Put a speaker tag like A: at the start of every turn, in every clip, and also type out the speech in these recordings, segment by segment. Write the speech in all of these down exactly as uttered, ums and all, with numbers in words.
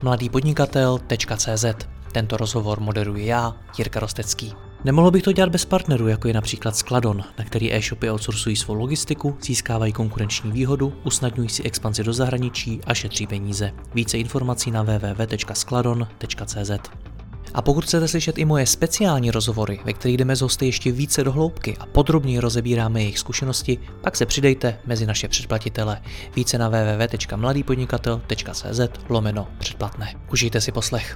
A: mladý podnikatel tečka cé zet. Tento rozhovor moderuji já, Jirka Rostecký. Nemohl bych to dělat bez partnerů, jako je například Skladon, na který e-shopy outsourcují svou logistiku, získávají konkurenční výhodu, usnadňují si expanzi do zahraničí a šetří peníze. Více informací na w w w tečka skladon tečka cé zet. A pokud chcete slyšet i moje speciální rozhovory, ve kterých jdeme s hosty ještě více do hloubky a podrobněji rozebíráme jejich zkušenosti, pak se přidejte mezi naše předplatitele. Více na w w w tečka mladý podnikatel tečka cé zet lomeno předplatné. Užijte si poslech.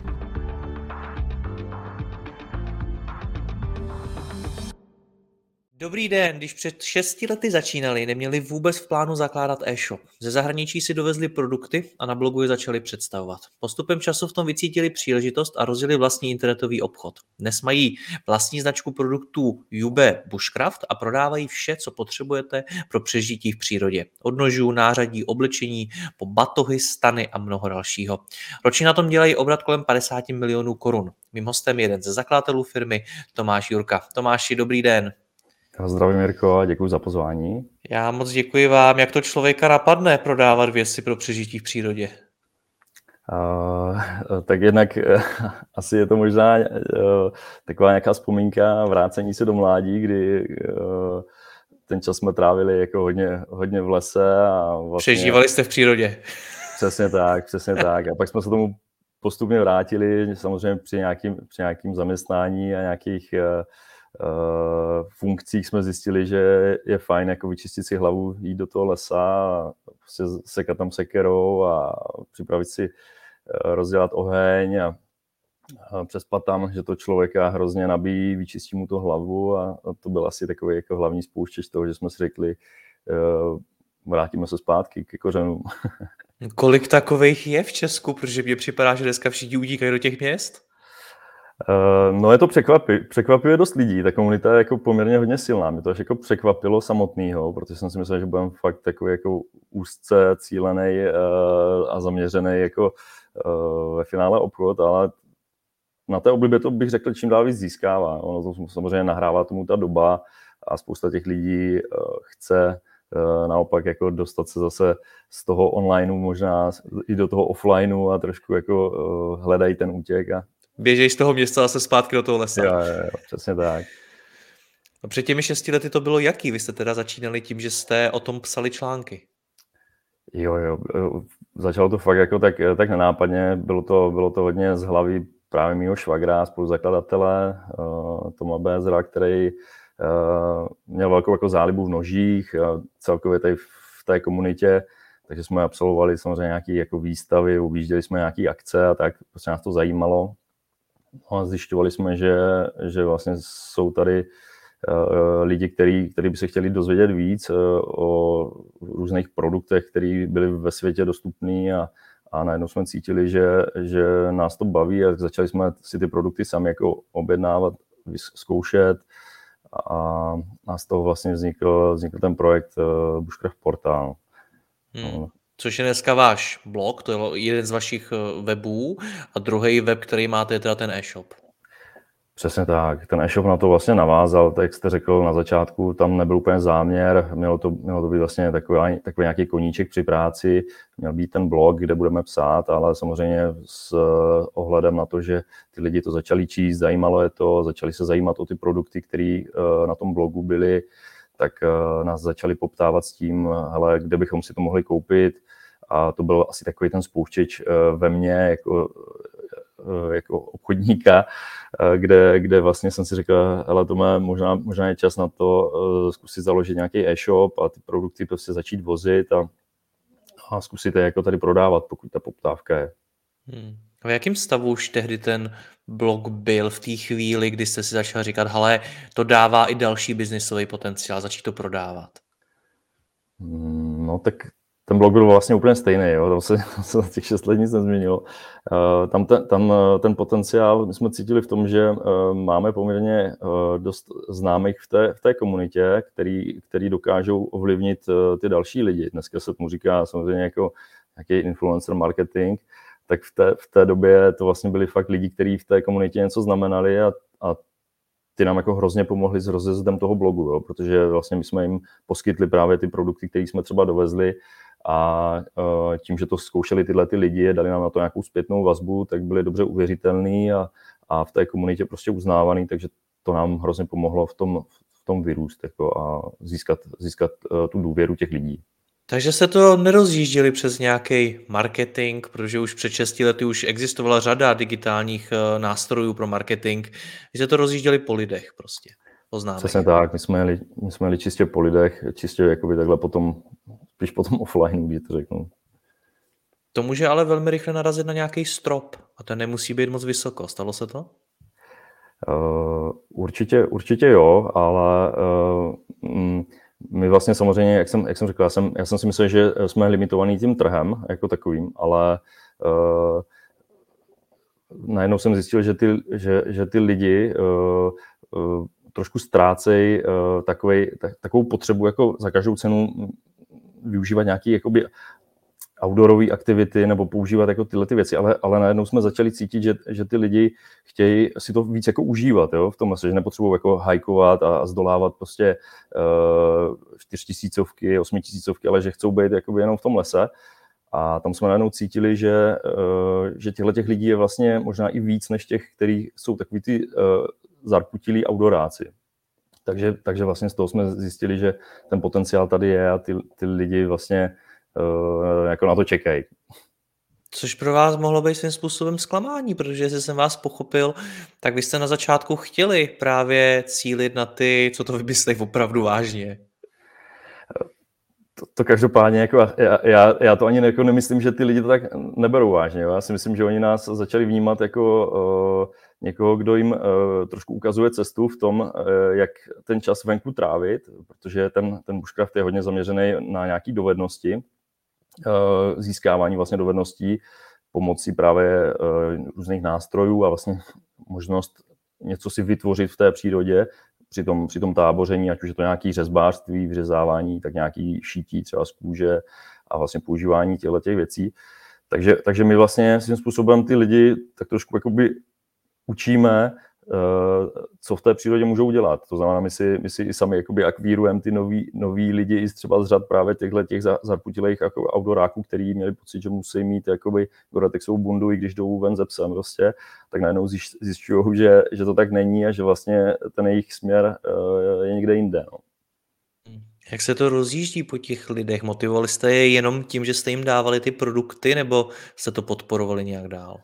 A: Dobrý den, když před šesti lety začínali, neměli vůbec v plánu zakládat e-shop. Ze zahraničí si dovezli produkty a na blogu je začali představovat. Postupem času v tom vycítili příležitost a rozjeli vlastní internetový obchod. Dnes mají vlastní značku produktů Jube Bushcraft a prodávají vše, co potřebujete pro přežití v přírodě. Od nožů, nářadí, oblečení, po batohy, stany a mnoho dalšího. Ročně na tom dělají obrat kolem padesát milionů korun. Mým hostem je jeden ze zakladatelů firmy, Tomáš Jurka. Tomáši, dobrý den.
B: Zdravím, Jirko, a děkuji za pozvání.
A: Já moc děkuji vám. Jak to člověka napadne prodávat věci pro přežití v přírodě?
B: Uh, tak jednak uh, asi je to možná uh, taková nějaká vzpomínka vrácení se do mládí, kdy uh, ten čas jsme trávili jako hodně, hodně v lese. A vlastně...
A: Přežívali jste v přírodě.
B: Přesně tak, přesně tak. A pak jsme se tomu postupně vrátili, samozřejmě při nějakým, při nějakým zaměstnání a nějakých uh, Uh, funkcích jsme zjistili, že je fajn jako vyčistit si hlavu, jít do toho lesa a prostě sekat tam sekerou a připravit si uh, rozdělat oheň a, a přespat tam, že to člověka hrozně nabíjí, vyčistí mu to hlavu a, a to byl asi takový jako hlavní spouštěč toho, že jsme si řekli, uh, vrátíme se zpátky ke kořenům.
A: Kolik takových je v Česku, protože mě připadá, že dneska všichni utíkají do těch měst?
B: Uh, no je to překvapivě, překvapivě dost lidí, ta komunita je jako poměrně hodně silná, mě to až jako překvapilo samotného, protože jsem si myslel, že budeme fakt takový jako úzce cílený uh, a zaměřený jako uh, ve finále obchod, ale na té oblibě to bych řekl, čím dál víc získává. Ono to samozřejmě nahrává tomu ta doba a spousta těch lidí uh, chce uh, naopak jako dostat se zase z toho onlineu možná i do toho offlineu a trošku jako uh, hledají ten útěk a
A: běžej z toho města zase zpátky do toho lesa.
B: Jo, jo, jo, přesně tak.
A: A před těmi šesti lety to bylo jaký? Vy jste teda začínali tím, že jste o tom psali články.
B: Jo, jo, začalo to fakt jako tak, tak nenápadně, bylo to, bylo to hodně z hlavy právě mýho švagra, spoluzakladatele uh, Toma Bézera, který uh, měl velkou jako zálibu v nožích, uh, celkově tady v té komunitě, takže jsme absolvovali samozřejmě nějaké jako výstavy, objížděli jsme nějaké akce a tak, prostě nás to zajímalo. No a zjišťovali jsme, že, že vlastně jsou tady uh, lidi, kteří by se chtěli dozvědět víc uh, o různých produktech, které byly ve světě dostupné a, a najednou jsme cítili, že, že nás to baví a začali jsme si ty produkty sami jako objednávat, zkoušet a, a z toho vlastně vznikl, vznikl ten projekt uh, Bushcraft Portal.
A: Hmm. No. Což je dneska váš blog, to je jeden z vašich webů a druhý web, který máte, je teda ten e-shop.
B: Přesně tak, ten e-shop na to vlastně navázal, tak jak jste řekl na začátku, tam nebyl úplně záměr, mělo to, mělo to být vlastně takový, takový nějaký koníček při práci, měl být ten blog, kde budeme psát, ale samozřejmě s ohledem na to, že ty lidi to začali číst, zajímalo je to, začali se zajímat o ty produkty, které na tom blogu byly, tak nás začali poptávat s tím, hele, kde bychom si to mohli koupit. A to byl asi takový ten spouštěč ve mně jako, jako obchodníka, kde, kde vlastně jsem si řekl, hele, to má, možná, možná je čas na to zkusit založit nějaký e-shop a ty produkty prostě začít vozit a, a zkusit je jako tady prodávat, pokud ta poptávka je.
A: Hmm. V jakém stavu už tehdy ten blog byl v té chvíli, kdy jste si začal říkat, hele, to dává i další biznisový potenciál, začít to prodávat?
B: No tak ten blog byl vlastně úplně stejný, jo? Tam se, se za těch šest let nic nezměnilo. Uh, tam, ten, tam ten potenciál my jsme cítili v tom, že uh, máme poměrně uh, dost známých v té, v té komunitě, který, který dokážou ovlivnit uh, ty další lidi. Dneska se tomu říká samozřejmě jako nějaký influencer marketing, tak v té, v té době to vlastně byli fakt lidi, kteří v té komunitě něco znamenali a, a ty nám jako hrozně pomohli s rozjezdem toho blogu, jo? Protože vlastně my jsme jim poskytli právě ty produkty, které jsme třeba dovezli a tím, že to zkoušeli tyhle ty lidi, dali nám na to nějakou zpětnou vazbu, tak byli dobře uvěřitelný a, a v té komunitě prostě uznávaný, takže to nám hrozně pomohlo v tom, v tom vyrůst jako a získat, získat tu důvěru těch lidí.
A: Takže se to nerozjížděli přes nějaký marketing, protože už před šesti lety už existovala řada digitálních nástrojů pro marketing, že se to rozjížděli po lidech prostě, po známých.
B: Přesně tak, my jsme jeli, my jsme jeli čistě po lidech, čistě jakoby takhle potom, spíš potom offline, když to řeknu.
A: To může ale velmi rychle narazit na nějaký strop a ten nemusí být moc vysoko. Stalo se to?
B: Uh, určitě, určitě jo, ale uh, mm, my vlastně samozřejmě, jak jsem, jak jsem řekl, já jsem, já jsem si myslel, že jsme limitovaní tím trhem jako takovým, ale uh, najednou jsem zjistil, že ty, že, že ty lidi uh, uh, trošku ztrácejí uh, takovej, tak, takovou potřebu jako za každou cenu využívat nějaký jakoby outdoorové aktivity nebo používat jako tyhle ty věci, ale, ale najednou jsme začali cítit, že, že ty lidi chtějí si to víc jako užívat, jo? V tom, že nepotřebují jako hajkovat a, a zdolávat prostě uh, čtyřtisícovky, osmitisícovky, ale že chcou být jakoby jenom v tom lese. A tam jsme najednou cítili, že, uh, že těchto těch lidí je vlastně možná i víc než těch, kteří jsou takový ty uh, zarputilí outdooráci. Takže, takže vlastně z toho jsme zjistili, že ten potenciál tady je a ty, ty lidi vlastně Uh, jako na to čekají.
A: Což pro vás mohlo být svým způsobem zklamání, protože jestli jsem vás pochopil, tak vy jste na začátku chtěli právě cílit na ty, co to vymyslí opravdu vážně.
B: To, to každopádně, jako já, já, já to ani jako nemyslím, že ty lidi to tak neberou vážně. Jo? Já si myslím, že oni nás začali vnímat jako uh, někoho, kdo jim uh, trošku ukazuje cestu v tom, uh, jak ten čas venku trávit, protože ten, ten bushcraft je hodně zaměřený na nějaké dovednosti, uh, získávání vlastně dovedností pomocí právě uh, různých nástrojů a vlastně možnost něco si vytvořit v té přírodě, Při tom, při tom táboření, ať už je to nějaké řezbářství, vyřezávání, tak nějaký šítí třeba z kůže a vlastně používání těchto těch věcí. Takže, takže my vlastně svým způsobem ty lidi tak trošku jakoby učíme, co v té přírodě můžou dělat. To znamená, my si, my si i sami jakoby akvírujeme ty nový, nový lidi i třeba z řad právě těchto těch zarputilejch jako outdooráků, který měli pocit, že musí mít jakoby Gore-Texovou bundu, i když jdou ven ze psem prostě, tak najednou zjišťují, že, že to tak není a že vlastně ten jejich směr je někde jinde. No.
A: Jak se to rozjíždí po těch lidech? Motivovali jste je jenom tím, že jste jim dávali ty produkty, nebo jste to podporovali nějak dál?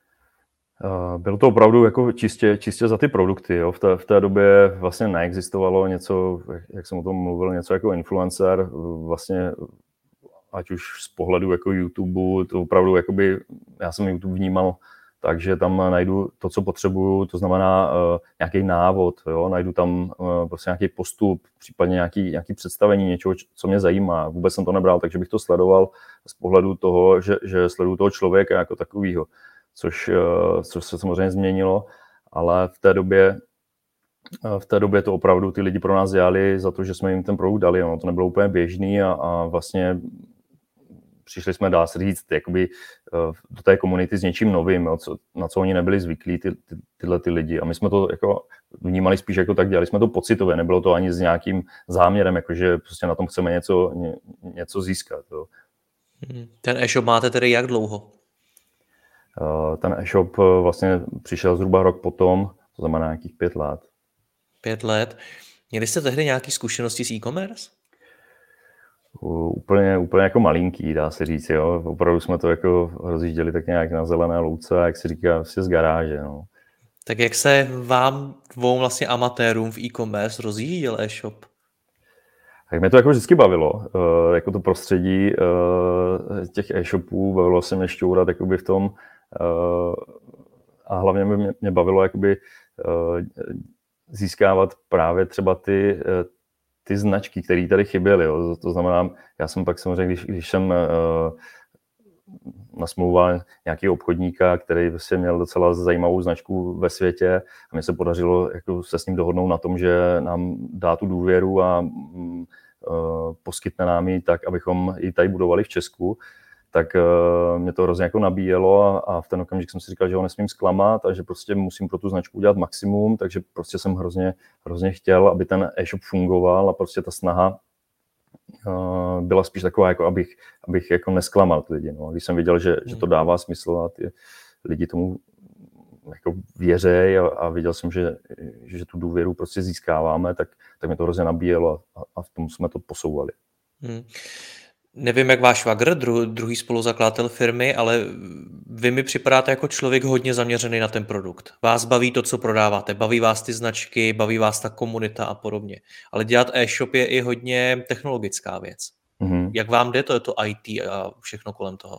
B: Bylo to opravdu jako čistě, čistě za ty produkty. Jo. V, té, v té době vlastně neexistovalo něco, jak jsem o tom mluvil, něco jako influencer, vlastně ať už z pohledu jako YouTube, to opravdu jakoby, já jsem YouTube vnímal tak, že tam najdu to, co potřebuju, to znamená uh, nějaký návod, jo. Najdu tam uh, prostě nějaký postup, případně nějaký, nějaký představení něčeho, co mě zajímá. Vůbec jsem to nebral, takže bych to sledoval z pohledu toho, že, že sleduju toho člověka jako takovýho. Což, což se samozřejmě změnilo, ale v té době v té době to opravdu ty lidi pro nás dělali za to, že jsme jim ten produkt dali. Ono to nebylo úplně běžný a, a vlastně přišli jsme, dá se říct, jakoby do té komunity s něčím novým, jo, co, na co oni nebyli zvyklí, ty, ty, tyhle ty lidi. A my jsme to jako vnímali spíš jako tak, dělali jsme to pocitově, nebylo to ani s nějakým záměrem, jakože prostě na tom chceme něco, ně, něco získat. Jo.
A: Ten e-shop máte tedy jak dlouho?
B: Ten e-shop vlastně přišel zhruba rok potom, to znamená nějakých pět let.
A: Pět let. Měli jste tehdy nějaké zkušenosti s e-commerce?
B: Úplně, úplně jako malinký, dá se říct. Jo. Opravdu jsme to jako rozjížděli tak nějak na zelené louce, jak se říká, vlastně z garáže. No.
A: Tak jak se vám dvou vlastně amatérům v e-commerce rozjížděl e-shop?
B: Tak mě to jako vždycky bavilo, jako to prostředí těch e-shopů, bavilo se mě šťourat jakoby v tom, a hlavně mě, mě bavilo jakoby získávat právě třeba ty, ty značky, které tady chyběly. Jo. To znamená, já jsem pak samozřejmě, když, když jsem nasmlouval nějakého obchodníka, který vlastně měl docela zajímavou značku ve světě a mně se podařilo jako se s ním dohodnout na tom, že nám dá tu důvěru a mm, poskytne nám ji tak, abychom ji tady budovali v Česku, tak uh, mě to hrozně jako nabíjelo a, a v ten okamžik jsem si říkal, že ho nesmím zklamat a že prostě musím pro tu značku udělat maximum, takže prostě jsem hrozně, hrozně chtěl, aby ten e-shop fungoval a prostě ta snaha byla spíš taková, jako abych, abych jako nesklamal ty lidi. No. Když jsem viděl, že, že to dává smysl a ty lidi tomu jako věřej a, a viděl jsem, že, že tu důvěru prostě získáváme, tak, tak mě to hrozně nabíjelo a, a v tom jsme to posouvali.
A: Hmm. Nevím, jak váš švagr, dru, druhý spoluzakladatel firmy, ale vy mi připadáte jako člověk hodně zaměřený na ten produkt. Vás baví to, co prodáváte, baví vás ty značky, baví vás ta komunita a podobně. Ale dělat e-shop je i hodně technologická věc. Mm-hmm. Jak vám jde to, je to í té a všechno kolem toho?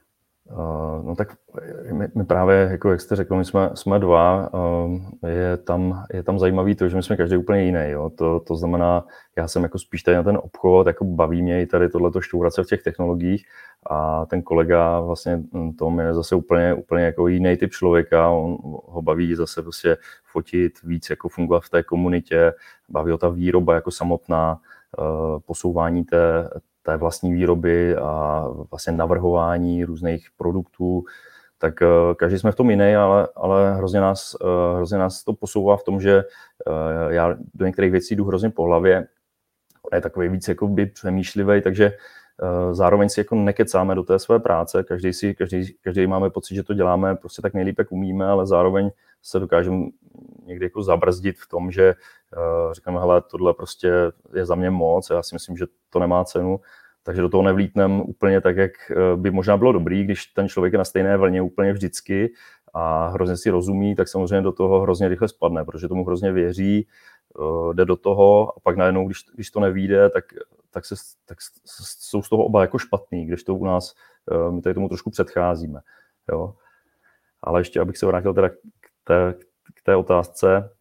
B: Uh, no tak my, my právě, jako jak jste řekl, my jsme, jsme dva, uh, je, tam, je tam zajímavý to, že my jsme každý úplně jiný. Jo? To, to znamená, já jsem jako spíš tady na ten obchod, jako baví mě i tady tohleto šťourat se v těch technologiích a ten kolega vlastně Tom je zase úplně, úplně jako jiný typ člověka, on ho baví zase prostě fotit, víc jako fungovat v té komunitě, baví ho ta výroba jako samotná, uh, posouvání té té vlastní výroby a vlastně navrhování různých produktů, tak uh, každý jsme v tom jiný, ale, ale hrozně, nás, uh, hrozně nás to posouvá v tom, že uh, já do některých věcí jdu hrozně po hlavě, on je takový víc jakoby přemýšlivý, takže uh, zároveň si jako nekecáme do té své práce, každý, si, každý, každý máme pocit, že to děláme prostě tak nejlíp, jak umíme, ale zároveň se dokážeme někdy jako zabrzdit v tom, že uh, říkáme, hele, tohle prostě je za mě moc, já si myslím, že to nemá cenu, takže do toho nevlítnem úplně tak, jak by možná bylo dobrý, když ten člověk je na stejné vlně úplně vždycky a hrozně si rozumí, tak samozřejmě do toho hrozně rychle spadne, protože tomu hrozně věří, uh, jde do toho a pak najednou, když, když to nevyjde, tak, tak, se, tak jsou z toho oba jako špatný, když to u nás, uh, my tady tomu trošku předcházíme. Jo. Ale ještě, abych se vrátil teda k té, k té otázce,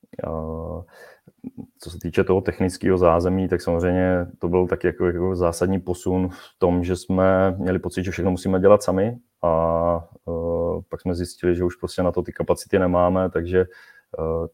B: uh, co se týče toho technického zázemí, tak samozřejmě to byl taky jako, jako zásadní posun v tom, že jsme měli pocit, že všechno musíme dělat sami a uh, pak jsme zjistili, že už prostě na to ty kapacity nemáme, takže uh,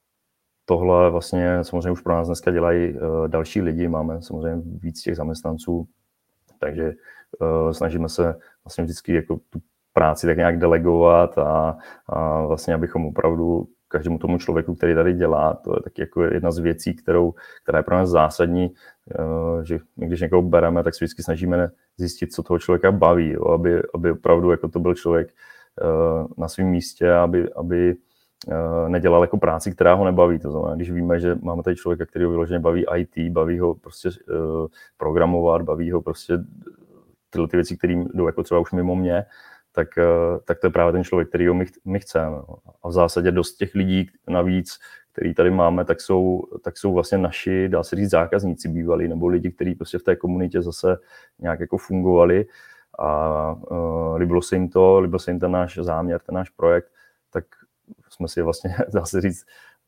B: tohle vlastně samozřejmě už pro nás dneska dělají uh, další lidi, máme samozřejmě víc těch zaměstnanců, takže uh, snažíme se vlastně vždycky jako tu práci tak nějak delegovat a, a vlastně abychom opravdu každému tomu člověku, který tady dělá, to je taky jako jedna z věcí, kterou, která je pro nás zásadní, že když někoho bereme, tak se vždycky snažíme zjistit, co toho člověka baví, jo, aby, aby opravdu jako to byl člověk na svém místě, aby, aby nedělal jako práci, která ho nebaví. To znamená, když víme, že máme tady člověka, který ho vyloženě baví í té, baví ho prostě programovat, baví ho prostě tyhle ty věci, které jdou jako třeba už mimo mě, Tak, tak to je právě ten člověk, který my, my chceme. A v zásadě dost těch lidí navíc, který tady máme, tak jsou, tak jsou vlastně naši, dá se říct, zákazníci bývalí, nebo lidi, kteří prostě v té komunitě zase nějak jako fungovali a uh, líbilo se jim to, líbil se jim ten náš záměr, ten náš projekt, tak jsme si vlastně, dá se říct,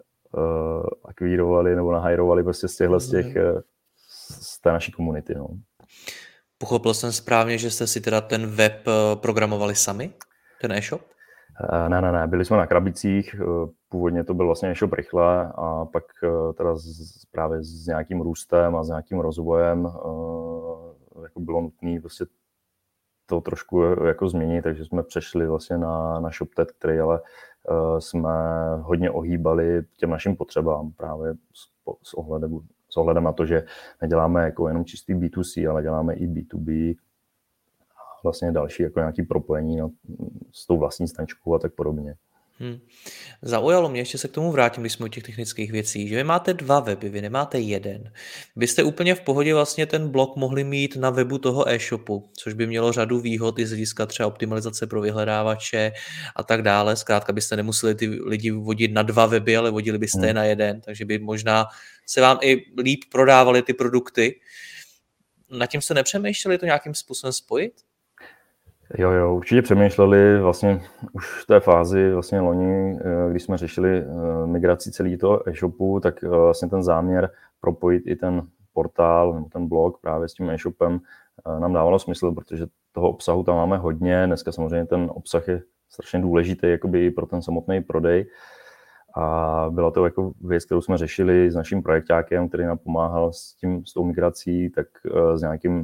B: uh, akvírovali nebo nahajrovali prostě z těchhle z těch, z té naší komunity. No.
A: Pochopil jsem správně, že jste si teda ten web programovali sami, ten e-shop?
B: Ne, ne, ne, byli jsme na krabicích, původně to byl vlastně e-shop rychle a pak teda z, právě s nějakým růstem a s nějakým rozvojem jako bylo nutné prostě to trošku jako změnit, takže jsme přešli vlastně na, na ShopTet, který ale jsme hodně ohýbali těm našim potřebám právě s, s ohledem s ohledem na to, že neděláme jako jenom čistý bé dvě cé, ale děláme i bé dvě bé a vlastně další jako nějaký propojení no, s tou vlastní značkou a tak podobně.
A: Hmm. Zaujalo mě, ještě se k tomu vrátím, když jsme u těch technických věcí, že vy máte dva weby, vy nemáte jeden. Vy jste úplně v pohodě vlastně ten blog mohli mít na webu toho e-shopu, což by mělo řadu výhod i z hlediska třeba optimalizace pro vyhledávače a tak dále. Zkrátka byste nemuseli ty lidi vodit na dva weby, ale vodili byste hmm. je na jeden, takže by možná se vám i líp prodávaly ty produkty. Nad tím jste nepřemýšleli to nějakým způsobem spojit?
B: Jo, jo, určitě přemýšleli vlastně už v té fázi vlastně loni, když jsme řešili migraci celého toho e-shopu, tak vlastně ten záměr propojit i ten portál nebo ten blog právě s tím e-shopem nám dávalo smysl, protože toho obsahu tam máme hodně. Dneska samozřejmě ten obsah je strašně důležitý jakoby i pro ten samotný prodej. A byla to jako věc, kterou jsme řešili s naším projekťákem, který nám pomáhal s, tím, s tou migrací, tak s nějakým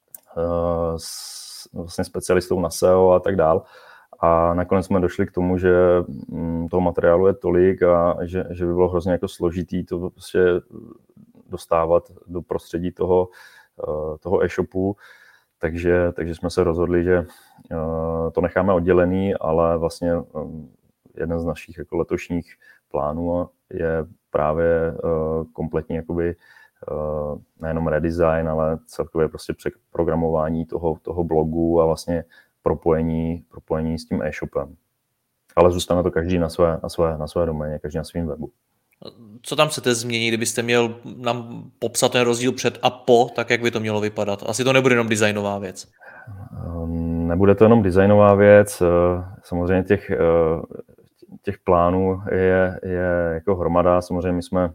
B: s vlastně specialistou na S E O a tak dál. A nakonec jsme došli k tomu, že toho materiálu je tolik a že, že by bylo hrozně jako složitý to prostě dostávat do prostředí toho, toho e-shopu, takže, takže jsme se rozhodli, že to necháme oddělený, ale vlastně jeden z našich jako letošních plánů je právě kompletní jakoby nejenom redesign, ale celkově prostě přeprogramování toho, toho blogu a vlastně propojení, propojení s tím e-shopem. Ale zůstane to každý na své, na své, na své doméně, každý na svém webu.
A: Co tam chcete změnit, kdybyste měl nám popsat ten rozdíl před a po, tak jak by to mělo vypadat? Asi to nebude jenom designová věc.
B: Nebude to jenom designová věc, samozřejmě těch, těch plánů je, je jako hromada, samozřejmě my jsme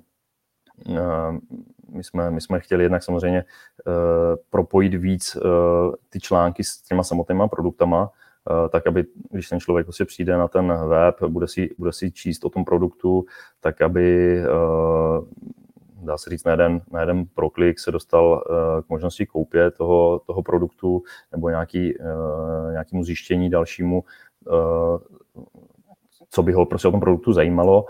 B: My jsme, my jsme chtěli jednak samozřejmě uh, propojit víc uh, ty články s těma samotnýma produktama, uh, tak aby, když ten člověk prostě přijde na ten web, bude si, bude si číst o tom produktu, tak aby, uh, dá se říct, na jeden, na jeden proklik se dostal uh, k možnosti koupě toho, toho produktu nebo nějaký, uh, nějakému zjištění dalšímu, uh, co by ho prostě o tom produktu zajímalo.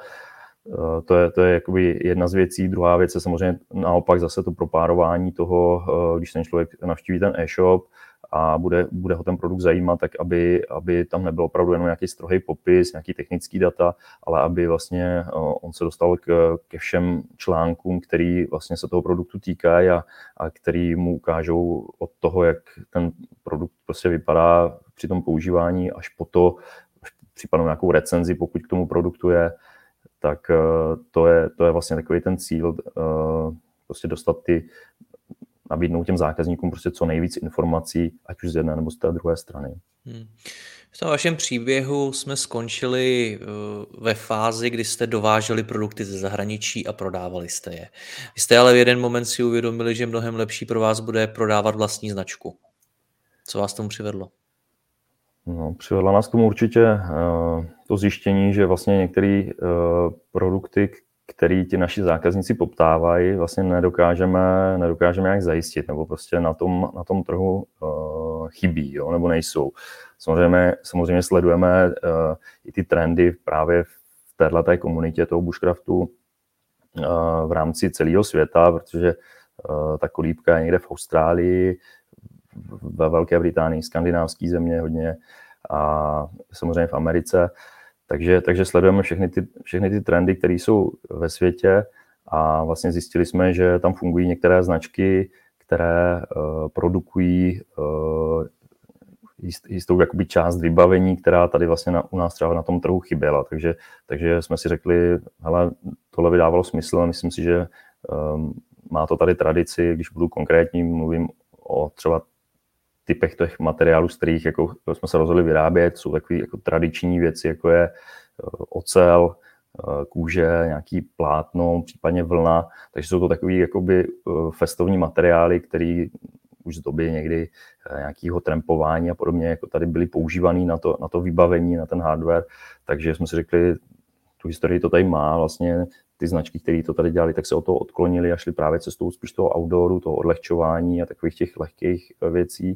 B: To je, to je jakoby jedna z věcí. Druhá věc je samozřejmě naopak zase to propárování toho, když ten člověk navštíví ten e-shop a bude, bude ho ten produkt zajímat, tak aby, aby tam nebyl opravdu jenom nějaký strohý popis, nějaký technický data, ale aby vlastně on se dostal k, ke všem článkům, který vlastně se toho produktu týkají a, a který mu ukážou od toho, jak ten produkt prostě vypadá při tom používání, až po to, až případnou nějakou recenzi, pokud k tomu produktu je, tak to je, to je vlastně takový ten cíl, prostě dostat ty, nabídnout těm zákazníkům prostě co nejvíc informací, ať už z jedné nebo z té druhé strany.
A: Hmm. V tom vašem příběhu jsme skončili ve fázi, kdy jste dováželi produkty ze zahraničí a prodávali jste je. Vy jste ale v jeden moment si uvědomili, že mnohem lepší pro vás bude prodávat vlastní značku. Co vás tomu přivedlo?
B: No, přivedla nás k tomu určitě uh, to zjištění, že vlastně některé uh, produkty, které ti naši zákazníci poptávají, vlastně nedokážeme, nedokážeme jak zajistit, nebo prostě na tom, na tom trhu uh, chybí, jo, nebo nejsou. Samozřejmě, samozřejmě sledujeme uh, i ty trendy právě v téhleté komunitě toho bushcraftu uh, v rámci celého světa, protože uh, ta kolíbka je někde v Austrálii, ve Velké Británii, skandinávské země hodně a samozřejmě v Americe. Takže, takže sledujeme všechny ty, všechny ty trendy, které jsou ve světě a vlastně zjistili jsme, že tam fungují některé značky, které uh, produkují uh, jist, jistou jakoby část vybavení, která tady vlastně na, u nás třeba na tom trhu chyběla. Takže, takže jsme si řekli, hele, tohle by dávalo smysl a myslím si, že um, má to tady tradici, když budu konkrétní, mluvím o třeba typech těch materiálů, z kterých jako jsme se rozhodli vyrábět, jsou takové jako tradiční věci, jako je ocel, kůže, nějaký plátno, případně vlna, takže jsou to takové jakoby festovní materiály, které už z doby někdy nějakého trampování a podobně, jako tady byly používaný na to, na to vybavení, na ten hardware, takže jsme si řekli, tu historii to tady má, vlastně ty značky, které to tady dělali, tak se od toho odklonili a šli právě cestou spíš toho outdooru, toho odlehčování a takových těch lehkých věcí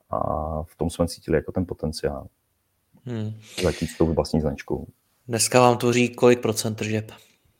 B: a v tom jsme cítili jako ten potenciál. Hmm. Začít s tou vlastní značkou.
A: Dneska vám tvoří kolik procent tržeb?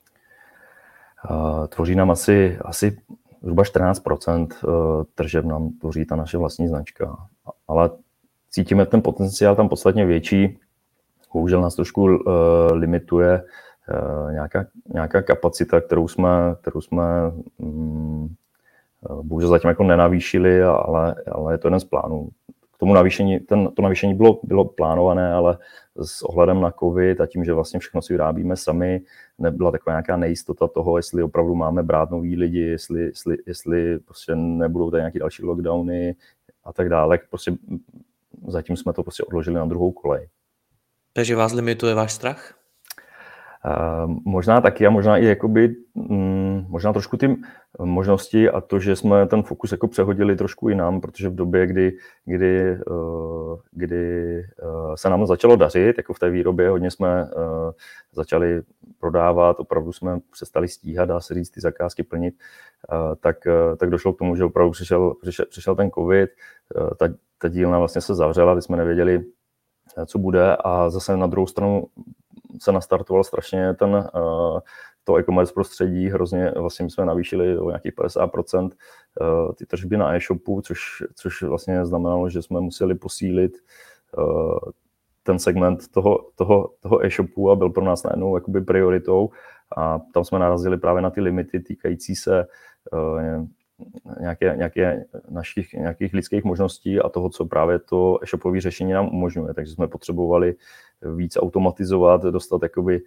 B: Uh, tvoří nám asi, asi zhruba čtrnáct procent tržeb nám tvoří ta naše vlastní značka, ale cítíme ten potenciál tam podstatně větší. Bohužel nás trošku uh, limituje uh, nějaká, nějaká kapacita, kterou jsme, kterou jsme um, bohužel zatím jako nenavýšili, ale, ale je to jeden z plánů. K tomu navýšení, ten, to navýšení bylo, bylo plánované, ale s ohledem na covid a tím, že vlastně všechno si vyrábíme sami, nebyla taková nějaká nejistota toho, jestli opravdu máme brát nový lidi, jestli, jestli, jestli prostě nebudou tady nějaké další lockdowny a tak dále. Prostě zatím jsme to prostě odložili na druhou kolej.
A: Takže vás limituje váš strach?
B: Uh, možná taky a možná i jakoby, um, možná trošku ty možnosti a to, že jsme ten fokus jako přehodili trošku jinam, protože v době, kdy, kdy, uh, kdy uh, se nám začalo dařit, jako v té výrobě, hodně jsme uh, začali prodávat, opravdu jsme přestali stíhat, dá se říct, ty zakázky plnit, uh, tak, uh, tak došlo k tomu, že opravdu přišel, přišel, přišel ten covid, uh, ta, ta dílna vlastně se zavřela, teď jsme nevěděli, co bude a zase na druhou stranu se nastartoval strašně ten, to e-commerce prostředí hrozně, vlastně my jsme navýšili o nějakých padesát procent ty tržby na e-shopu, což, což vlastně znamenalo, že jsme museli posílit ten segment toho, toho, toho e-shopu a byl pro nás najednou jakoby prioritou a tam jsme narazili právě na ty limity týkající se nějaké, nějaké našich nějakých lidských možností a toho, co právě to e-shopové řešení nám umožňuje. Takže jsme potřebovali víc automatizovat, dostat jakoby,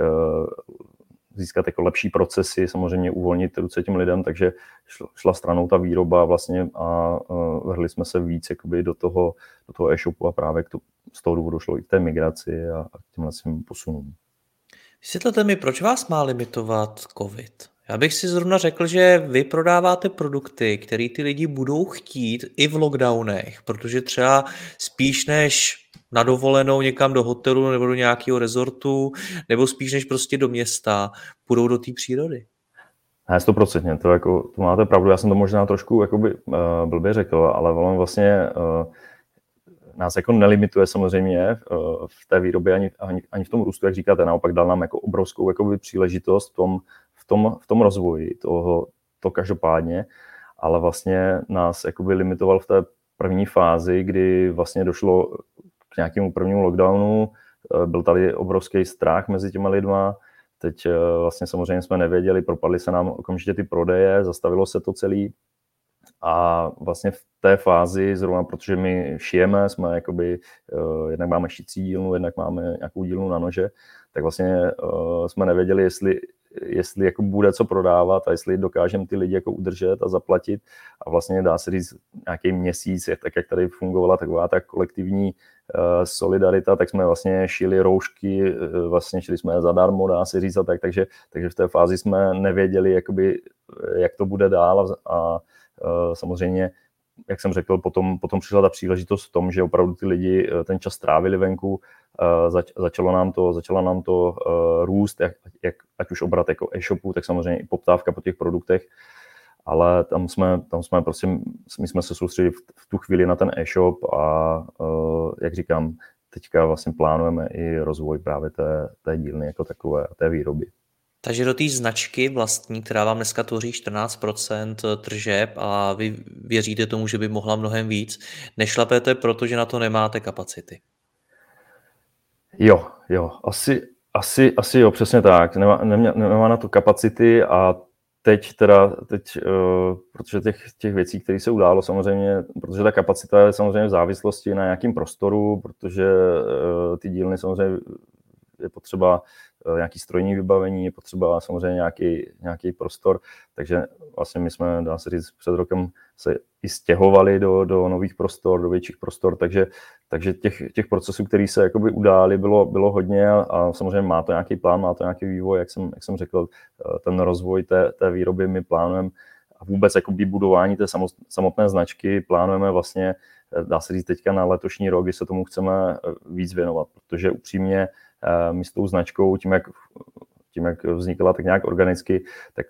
B: získat jako lepší procesy, samozřejmě uvolnit ruce těm lidem, takže šla stranou ta výroba vlastně a vrhli jsme se víc jakoby do toho, do toho e-shopu a právě k to, z toho důvodu šlo i k té migraci a, a k těmhle svým posunům.
A: Vysvětlete mi, proč vás má limitovat covid? Já bych si zrovna řekl, že vy prodáváte produkty, které ty lidi budou chtít i v lockdownech, protože třeba spíš než na dovolenou někam do hotelu nebo do nějakého rezortu, nebo spíš než prostě do města, půjdou do té přírody.
B: Ne, stoprocentně, to, jako, to máte pravdu, já jsem to možná trošku jakoby, uh, blbě řekl, ale vlastně uh, nás jako nelimituje samozřejmě uh, v té výrobě ani, ani, ani v tom růstu, jak říkáte, naopak dal nám jako obrovskou jakoby, příležitost v tom, v tom, v tom rozvoji, toho, to každopádně, ale vlastně nás jakoby limitoval v té první fázi, kdy vlastně došlo k nějakému prvnímu lockdownu, byl tady obrovský strach mezi těma lidma, teď vlastně samozřejmě jsme nevěděli, propadly se nám okamžitě ty prodeje, zastavilo se to celý a vlastně v té fázi, zrovna protože my šijeme, jsme jakoby, jednak máme šicí dílnu, jednak máme nějakou dílnu na nože, tak vlastně jsme nevěděli, jestli jestli jako bude co prodávat a jestli dokážeme ty lidi jako udržet a zaplatit a vlastně dá se říct nějaký měsíc, tak jak tady fungovala taková ta kolektivní uh, solidarita, tak jsme vlastně šili roušky, uh, vlastně šili jsme zadarmo, dá se říct a tak, takže, takže v té fázi jsme nevěděli, jakoby, jak to bude dál a, a uh, samozřejmě, jak jsem řekl, potom, potom přišla ta příležitost v tom, že opravdu ty lidi ten čas trávili venku, Zač, začalo nám to, začala nám to uh, růst, jak, jak, ať už obrat jako e-shopu, tak samozřejmě i poptávka po těch produktech, ale tam jsme, tam jsme prostě, my jsme se soustředili v, v tu chvíli na ten e-shop a uh, jak říkám, teďka vlastně plánujeme i rozvoj právě té, té dílny jako takové, té výroby.
A: Takže do té značky vlastní, která vám dneska tvoří čtrnáct procent tržeb a vy věříte tomu, že by mohla mnohem víc, nešlapete, protože na to nemáte kapacity.
B: Jo, jo, asi, asi, asi jo, přesně tak. Nemá, nemá, nemá na to kapacity a teď teda, teď, uh, protože těch, těch věcí, které se událo samozřejmě, protože ta kapacita je samozřejmě v závislosti na nějakém prostoru, protože uh, ty dílny samozřejmě je potřeba uh, nějaký strojní vybavení, je potřeba samozřejmě nějaký, nějaký prostor, takže vlastně my jsme, dá se říct, před rokem se i stěhovali do, do nových prostor, do větších prostor, takže, takže těch, těch procesů, které se jakoby udály, bylo, bylo hodně a, a samozřejmě má to nějaký plán, má to nějaký vývoj, jak jsem, jak jsem řekl, ten rozvoj té, té výroby my plánujeme a vůbec jakoby budování té samotné značky plánujeme vlastně, dá se říct teďka na letošní rok, kdy se tomu chceme víc věnovat, protože upřímně my s tou značkou, tím jak, tím jak vznikla tak nějak organicky, tak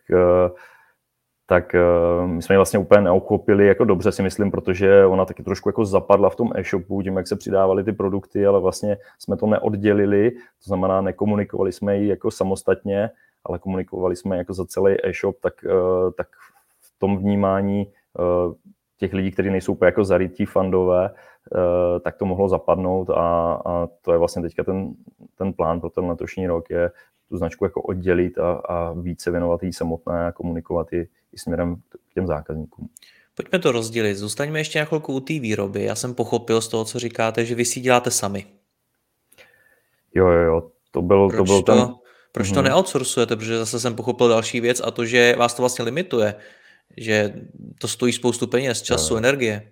B: tak uh, my jsme ji vlastně úplně neuchopili jako dobře, si myslím, protože ona taky trošku jako zapadla v tom e-shopu, tím, jak se přidávaly ty produkty, ale vlastně jsme to neoddělili, to znamená, nekomunikovali jsme ji jako samostatně, ale komunikovali jsme jako za celý e-shop, tak, uh, tak v tom vnímání uh, těch lidí, kteří nejsou úplně jako zarytí fandové, uh, tak to mohlo zapadnout a, a to je vlastně teďka ten, ten plán pro ten letošní rok, je tu značku jako oddělit a, a více věnovat jí samotné a komunikovat ji i směrem k těm zákazníkům.
A: Pojďme to rozdělit. Zůstaňme ještě na chvilku u té výroby. Já jsem pochopil z toho, co říkáte, že vy si děláte sami.
B: Jo, jo, jo. To byl,
A: proč
B: to byl
A: to,
B: ten...
A: Proč to
B: mm-hmm.
A: neoutsourcujete? Protože zase jsem pochopil další věc a to, že vás to vlastně limituje. Že to stojí spoustu peněz, času, jo. energie.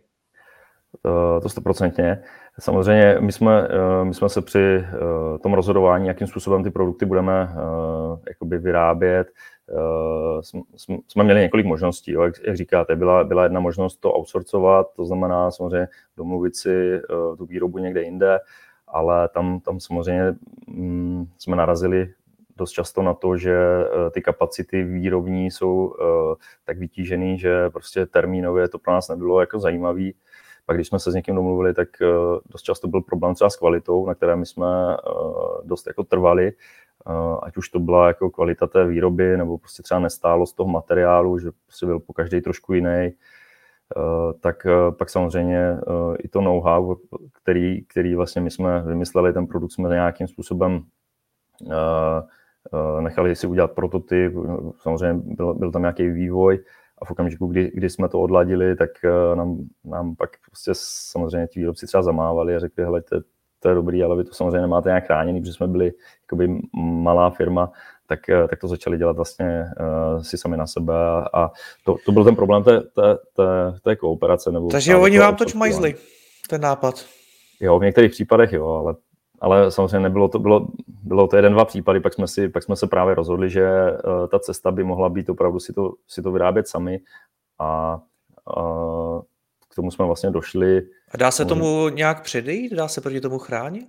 B: To stoprocentně. Samozřejmě my jsme, my jsme se při tom rozhodování, jakým způsobem ty produkty budeme jakoby vyrábět, jsme měli několik možností. Jak, jak říkáte, byla, byla jedna možnost to outsourcovat, to znamená samozřejmě domluvit si tu výrobu někde jinde, ale tam, tam samozřejmě jsme narazili dost často na to, že ty kapacity výrobní jsou tak vytížený, že prostě termínově to pro nás nebylo jako zajímavý. Pak když jsme se s někým domluvili, tak dost často byl problém třeba s kvalitou, na které my jsme dost jako trvali ať už to byla jako kvalita té výroby, nebo prostě třeba nestálost toho materiálu, že prostě byl po každý trošku jiný, tak pak samozřejmě i to know-how, který, který vlastně my jsme vymysleli, ten produkt jsme nějakým způsobem nechali si udělat prototyp, samozřejmě byl, byl tam nějaký vývoj a v okamžiku, kdy, kdy jsme to odladili, tak nám, nám pak prostě samozřejmě ti výrobci třeba zamávali a řekli, hele, to, to je dobrý, ale vy to samozřejmě nemáte nějak chráněný, protože jsme byli jakoby malá firma, tak, tak to začali dělat vlastně uh, si sami na sebe a to, to byl ten problém té, té, té, té kooperace. Nebo
C: Takže oni vám to čmajzli, ten nápad.
B: Jo, v některých případech jo, ale, ale samozřejmě nebylo to, bylo, bylo to jeden, dva případy, pak jsme, si, pak jsme se právě rozhodli, že uh, ta cesta by mohla být opravdu si to, si to vyrábět sami a uh, k tomu jsme vlastně došli.
C: A dá se tomu nějak předejít? Dá se proti tomu chránit?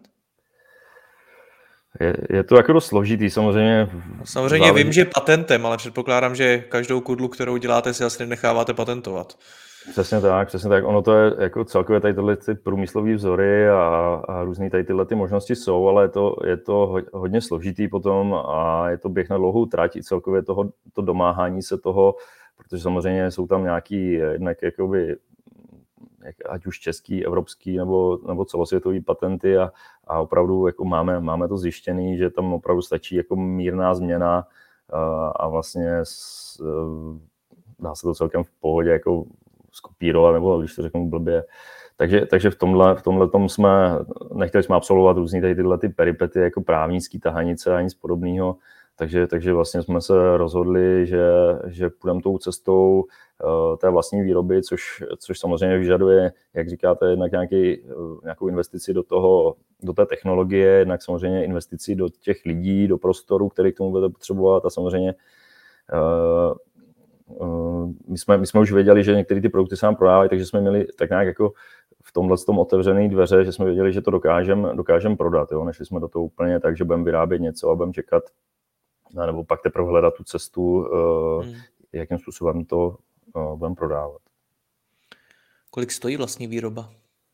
B: Je, je to jako dost složitý, samozřejmě.
C: Samozřejmě záleží. Vím, že patentem, ale předpokládám, že každou kudlu, kterou děláte, si asi necháváte patentovat.
B: Přesně tak, přesně tak. Ono to je jako celkově tady tyhle ty průmyslové vzory a, a různý tady tyhle ty možnosti jsou, ale je to, je to hodně složitý potom a je to běh na dlouhou trať i celkově toho, to domáhání se toho, protože samozřejmě jsou tam nějaký jednak jakoby ať už český, evropský nebo, nebo celosvětový patenty a, a opravdu jako máme, máme to zjištěný, že tam opravdu stačí jako mírná změna a, a vlastně s, dá se to celkem v pohodě jako skopírovat, nebo když to řeknu blbě. Takže, takže v tomhle, v tomhle tom jsme, nechtěli jsme absolvovat různý tady tyhle ty peripety jako právnický tahanice a nic podobného. Takže, takže vlastně jsme se rozhodli, že, že půjdeme tou cestou uh, té vlastní výroby, což, což samozřejmě vyžaduje, jak říkáte, jednak nějaký, uh, nějakou investici do toho, do té technologie, jednak samozřejmě investici do těch lidí, do prostoru, který k tomu budete potřebovat a samozřejmě uh, uh, my, jsme, my jsme už věděli, že některé ty produkty se nám prodávají, takže jsme měli tak nějak jako v tomhle tom otevřené dveře, že jsme věděli, že to dokážeme dokážem prodat. Jo? Nešli jsme do toho úplně tak, že budeme vyrábět něco a budeme čekat, nebo pak teprve hledat tu cestu, hmm. jakým způsobem to budeme prodávat.
C: Kolik stojí vlastní výroba?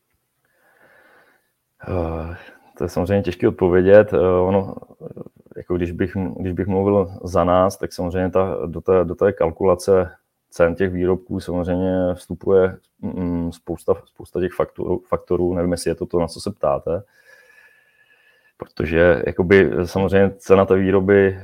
B: To je samozřejmě těžké odpovědět. Ono, jako když bych, když bych mluvil za nás, tak samozřejmě ta, do, té, do té kalkulace cen těch výrobků samozřejmě vstupuje spousta, spousta těch faktorů, faktorů. Nevím, jestli je to to, na co se ptáte. Protože jakoby, samozřejmě cena té výroby,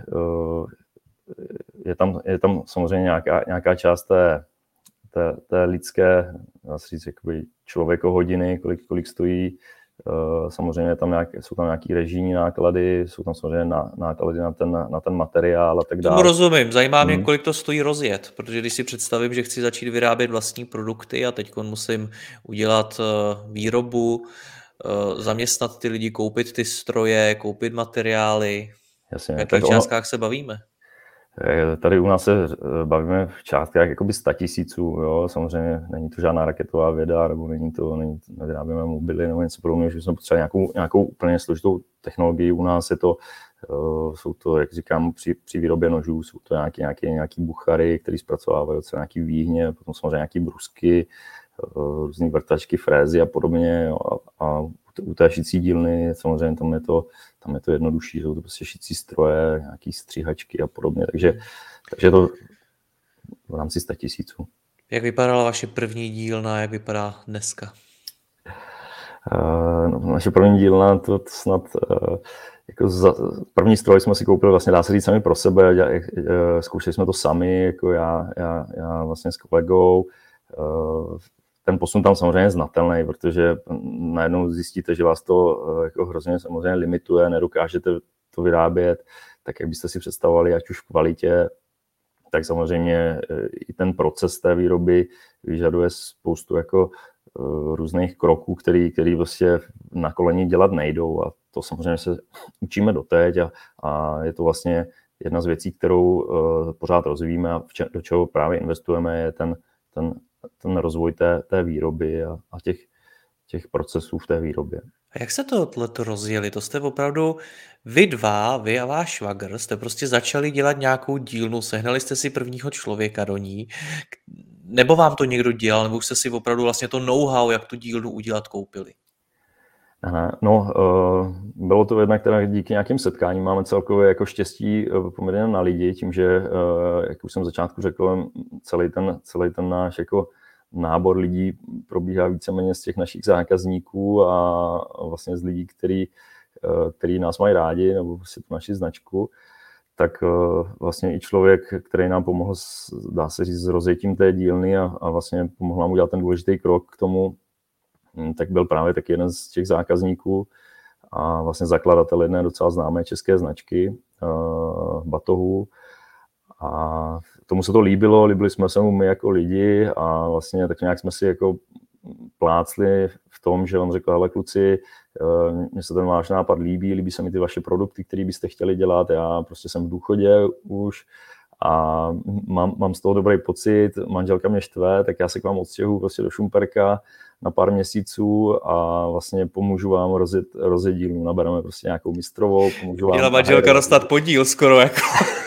B: je tam, je tam samozřejmě nějaká, nějaká část té, té, té lidské, dá se říct, jakoby člověkohodiny, kolik, kolik stojí. Samozřejmě tam nějak, jsou tam nějaké režijní náklady, jsou tam samozřejmě náklady na ten, na ten materiál a tak dále.
C: Tomu rozumím, zajímá mě, hmm. kolik to stojí rozjet, protože když si představím, že chci začít vyrábět vlastní produkty a teď musím udělat výrobu, zaměstnat ty lidi, koupit ty stroje, koupit materiály.
B: Jasně,
C: v jakých částkách ono, se bavíme?
B: Tady u nás se bavíme v částkách jakoby sta tisíců, jo, samozřejmě není to žádná raketová věda, nebo není to, není, nevyrábíme mobily nebo něco podobného, že jsme potřebovali nějakou, nějakou úplně složitou technologii. U nás je to, uh, jsou to, jak říkám, při, při výrobě nožů, jsou to nějaké, nějaké, nějaké buchary, které zpracovávají nějaký výhně, potom samozřejmě nějaké brusky, různé vrtačky, frézy a podobně. Jo, a, a u té šicí dílny samozřejmě tam je to, tam je to jednodušší, jsou to prostě šicí stroje, nějaký stříhačky a podobně, takže, takže to v rámci sta tisíců.
C: Jak vypadala vaše první dílna, jak vypadá dneska?
B: Uh, no, naše první dílna, to snad uh, jako za, první stroj jsme si koupili, vlastně dá se říct sami pro sebe, já, uh, zkoušeli jsme to sami, jako já, já, já vlastně s kolegou. Uh, ten posun tam samozřejmě je znatelný, protože najednou zjistíte, že vás to jako hrozně samozřejmě limituje, nedokážete to vyrábět, tak jak byste si představovali, ať už v kvalitě, tak samozřejmě i ten proces té výroby vyžaduje spoustu jako různých kroků, který, který vlastně na koleni dělat nejdou a to samozřejmě se učíme doteď a, a je to vlastně jedna z věcí, kterou uh, pořád rozvíjíme a če, do čeho právě investujeme, je ten, ten, ten rozvoj té, té výroby a, a těch, těch procesů v té výrobě.
C: A jak se tohleto rozjeli? To jste opravdu, vy dva, vy a váš švagr, jste prostě začali dělat nějakou dílnu, sehnali jste si prvního člověka do ní, nebo vám to někdo dělal, nebo už jste si opravdu vlastně to know-how, jak tu dílnu udělat, koupili?
B: Aha, no, bylo to jednak teda díky nějakým setkáním. Máme celkově jako štěstí poměrně na lidi, tím, že, jak už jsem v začátku řekl, celý ten, celý ten náš jako nábor lidí probíhá víceméně z těch našich zákazníků a vlastně z lidí, který, který nás mají rádi, nebo si tu naši značku. Tak vlastně i člověk, který nám pomohl, dá se říct, s rozjetím té dílny a, a vlastně pomohl nám udělat ten důležitý krok k tomu, tak byl právě taky jeden z těch zákazníků a vlastně zakladatel jedné docela známé české značky uh, batohů. A tomu se to líbilo, líbili jsme se mu my jako lidi a vlastně tak nějak jsme si jako plácli v tom, že on řekl, hele kluci, uh, mně se ten váš nápad líbí, líbí se mi ty vaše produkty, které byste chtěli dělat, já prostě jsem v důchodě už a mám, mám z toho dobrý pocit, manželka mě štve, tak já se k vám odstěhuji prostě do Šumperka na pár měsíců a vlastně pomůžu vám rozjet, rozjet dílnu, nabereme prostě nějakou mistrovou, pomůžu vám...
C: Měla manželka dostat podíl skoro jako.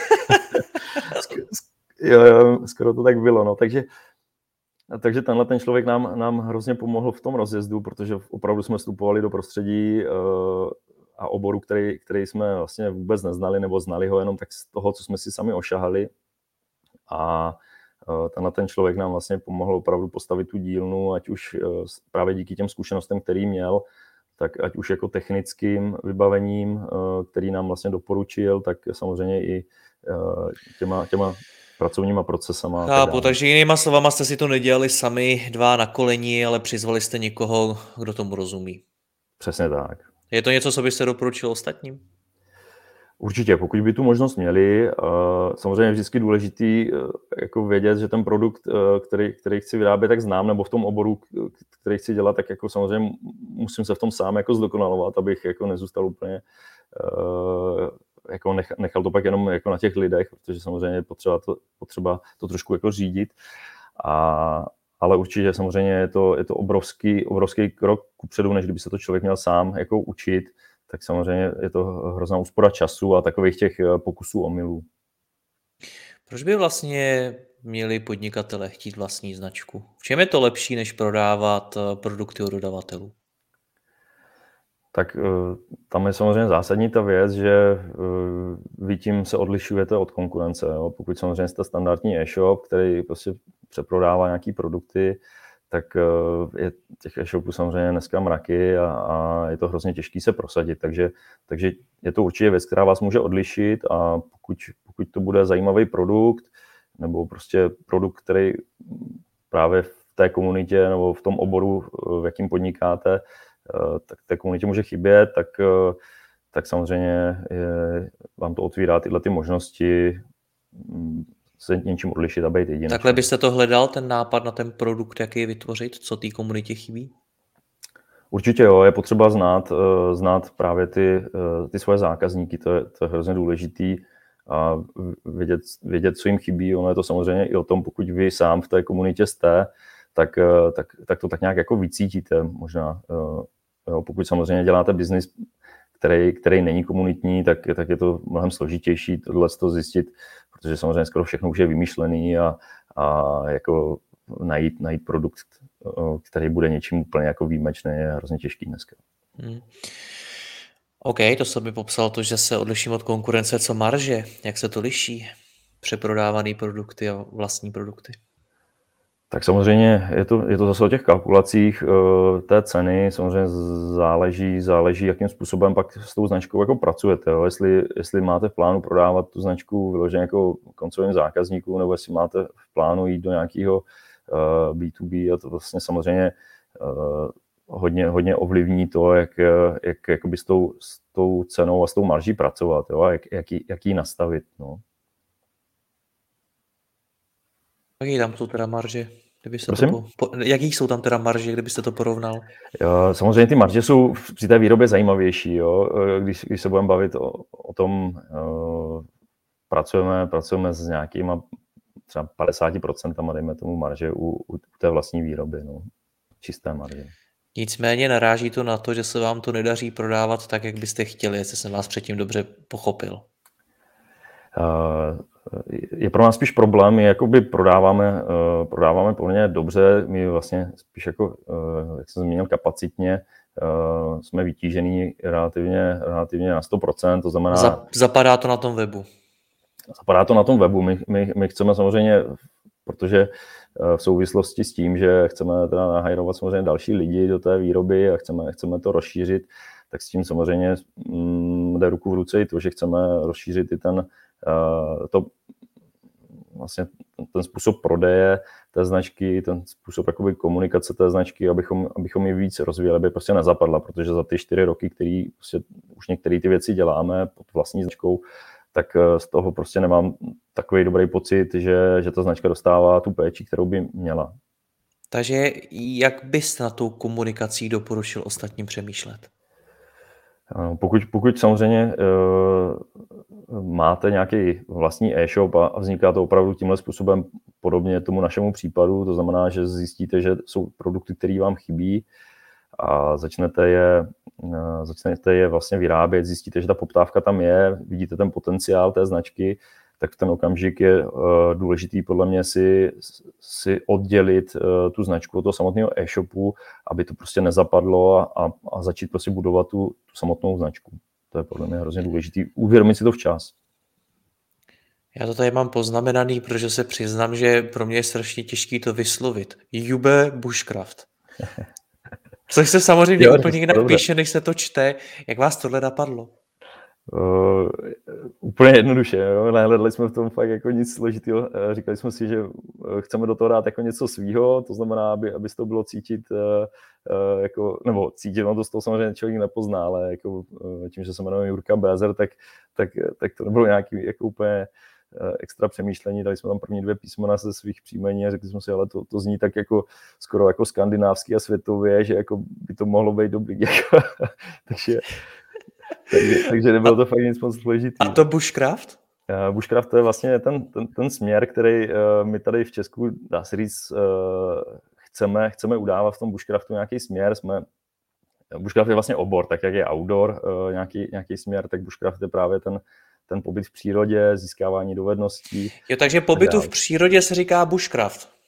B: jo, jo, skoro to tak bylo, no, takže, takže tenhle ten člověk nám, nám hrozně pomohl v tom rozjezdu, protože opravdu jsme vstupovali do prostředí uh, a oboru, který, který jsme vlastně vůbec neznali, nebo znali ho jenom tak z toho, co jsme si sami ošahali. A tenhle ten člověk nám vlastně pomohl opravdu postavit tu dílnu, ať už právě díky těm zkušenostem, který měl, tak ať už jako technickým vybavením, který nám vlastně doporučil, tak samozřejmě i těma, těma pracovníma procesama.
C: Chápu, tak takže jinýma slovama jste si to nedělali sami dva na koleni, ale přizvali jste někoho, kdo tomu rozumí.
B: Přesně tak.
C: Je to něco, co byste doporučil ostatním?
B: Určitě, pokud by tu možnost měli, samozřejmě vždycky důležitý jako vědět, že ten produkt, který, který chci vyrábět, tak znám, nebo v tom oboru, který chci dělat, tak jako samozřejmě musím se v tom sám jako zdokonalovat, abych jako nezůstal úplně, jako nechal to pak jenom jako na těch lidech, protože samozřejmě je potřeba to, potřeba to trošku jako řídit. A, ale určitě samozřejmě je to, je to obrovský, obrovský krok kupředu, než kdyby se to člověk měl sám jako učit, tak samozřejmě je to hrozná úspora času a takových těch pokusů omylů.
C: Proč by vlastně měli podnikatelé chtít vlastní značku? V čem je to lepší, než prodávat produkty od dodavatelů?
B: Tak tam je samozřejmě zásadní ta věc, že vy tím se odlišujete od konkurence. Jo? Pokud samozřejmě jste standardní e-shop, který prostě přeprodává nějaký produkty, tak je těch e-shopů samozřejmě dneska mraky a, a je to hrozně těžké se prosadit. Takže, takže je to určitě věc, která vás může odlišit a pokud, pokud to bude zajímavý produkt nebo prostě produkt, který právě v té komunitě nebo v tom oboru, v jakým podnikáte, tak té komunitě může chybět, tak, tak samozřejmě je, vám to otvírá tyhle ty možnosti se něčím odlišit a být jedinečný.
C: Takhle byste to hledal, ten nápad na ten produkt, jaký vytvořit, co té komunitě chybí?
B: Určitě jo, je potřeba znát, znát právě ty, ty svoje zákazníky, to je, to je hrozně důležitý a vědět, vědět, co jim chybí. Ono je to samozřejmě i o tom, pokud vy sám v té komunitě jste, tak, tak, tak to tak nějak jako vycítíte možná. Jo, pokud samozřejmě děláte biznis, který, který není komunitní, tak, tak je to mnohem složitější tohle to zjistit, protože samozřejmě skoro všechno už je vymyšlený a, a jako najít, najít produkt, který bude něčím úplně jako výjimečný, je hrozně těžký dneska.
C: Hmm. OK, to se by popsal to, že se odliším od konkurence, co marže, jak se to liší, přeprodávané produkty a vlastní produkty.
B: Tak samozřejmě je to, je to zase o těch kalkulacích uh, té ceny, samozřejmě záleží, záleží, jakým způsobem pak s tou značkou jako pracujete. Jo. Jestli, jestli máte v plánu prodávat tu značku vyloženě jako koncovým zákazníkům, nebo jestli máte v plánu jít do nějakého uh, B to B, a to vlastně samozřejmě uh, hodně, hodně ovlivní to, jak, jak jakoby s, tou, s tou cenou a s tou marží pracovat, jo, a jak, jak, ji, jak ji nastavit. No.
C: Jaký tam jsou teda marže? Kdybyste to po, jaký jsou tam teda marže, kdybyste to porovnal?
B: Jo, samozřejmě ty marže jsou při té výrobě zajímavější. Jo. Když, když se budeme bavit o, o tom, uh, pracujeme, pracujeme s nějakýma třeba padesát procent, dejme tomu marže u, u té vlastní výroby, no. Čisté marže.
C: Nicméně naráží to na to, že se vám to nedaří prodávat tak, jak byste chtěli, jestli jsem vás předtím dobře pochopil.
B: Uh, je pro nás spíš problém, my jakoby prodáváme, uh, prodáváme poměrně dobře, my vlastně spíš jako, uh, jak jsem zmínil, kapacitně uh, jsme vytížený relativně, relativně na sto procent, to znamená...
C: Zapadá to na tom webu.
B: Zapadá to na tom webu. My, my, my chceme samozřejmě, protože v souvislosti s tím, že chceme teda nahajrovat samozřejmě další lidi do té výroby a chceme, chceme to rozšířit, tak s tím samozřejmě mm, jde ruku v ruce i to, že chceme rozšířit i ten, uh, to, vlastně ten způsob prodeje té značky, ten způsob jakoby komunikace té značky, abychom, abychom ji víc rozvíjeli, aby prostě nezapadla, protože za ty čtyři roky, který prostě už některé ty věci děláme pod vlastní značkou, tak z toho prostě nemám takový dobrý pocit, že, že ta značka dostává tu péči, kterou by měla.
C: Takže jak byste na tou komunikací doporučil ostatním přemýšlet?
B: Pokud, pokud samozřejmě uh, máte nějaký vlastní e-shop a, a vzniká to opravdu tímhle způsobem podobně tomu našemu případu, to znamená, že zjistíte, že jsou produkty, které vám chybí a začnete je, uh, začnete je vlastně vyrábět, zjistíte, že ta poptávka tam je, vidíte ten potenciál té značky, tak v ten okamžik je uh, důležitý podle mě si, si oddělit uh, tu značku od toho samotného e-shopu, aby to prostě nezapadlo a, a, a začít prostě budovat tu, tu samotnou značku. To je podle mě hrozně důležitý. Uvědomit si to včas.
C: Já to tady mám poznamenaný, protože se přiznám, že pro mě je strašně těžký to vyslovit. Jube Bushcraft. Což se samozřejmě jo, úplně jinak píše, než se to čte. Jak vás tohle napadlo?
B: Uh, úplně jednoduše, jo. Nehledali jsme v tom fakt jako nic složitého. Říkali jsme si, že chceme do toho dát jako něco svýho, to znamená, aby, aby to bylo cítit, uh, uh, jako, nebo cítit, no to z toho samozřejmě člověk nepozná, ale jako, uh, tím, že se jmenuje Jurka Bézer, tak, tak, tak to nebylo nějaký jako úplně uh, extra přemýšlení. Dali jsme tam první dvě písmena ze svých příjmení a řekli jsme si, ale to, to zní tak jako skoro jako skandinávský a světově, že jako by to mohlo být dobrý. Jako, takže Takže, takže nebylo to fakt nic moc složitý.
C: A to Bushcraft?
B: Uh, Bushcraft to je vlastně ten, ten, ten směr, který uh, my tady v Česku, dá se říct, uh, chceme, chceme udávat v tom Bushcraftu nějaký směr. Jsme, Bushcraft je vlastně obor, tak jak je outdoor uh, nějaký, nějaký směr, tak Bushcraft je právě ten, ten pobyt v přírodě, získávání dovedností.
C: Jo, takže pobytu v přírodě se říká Bushcraft.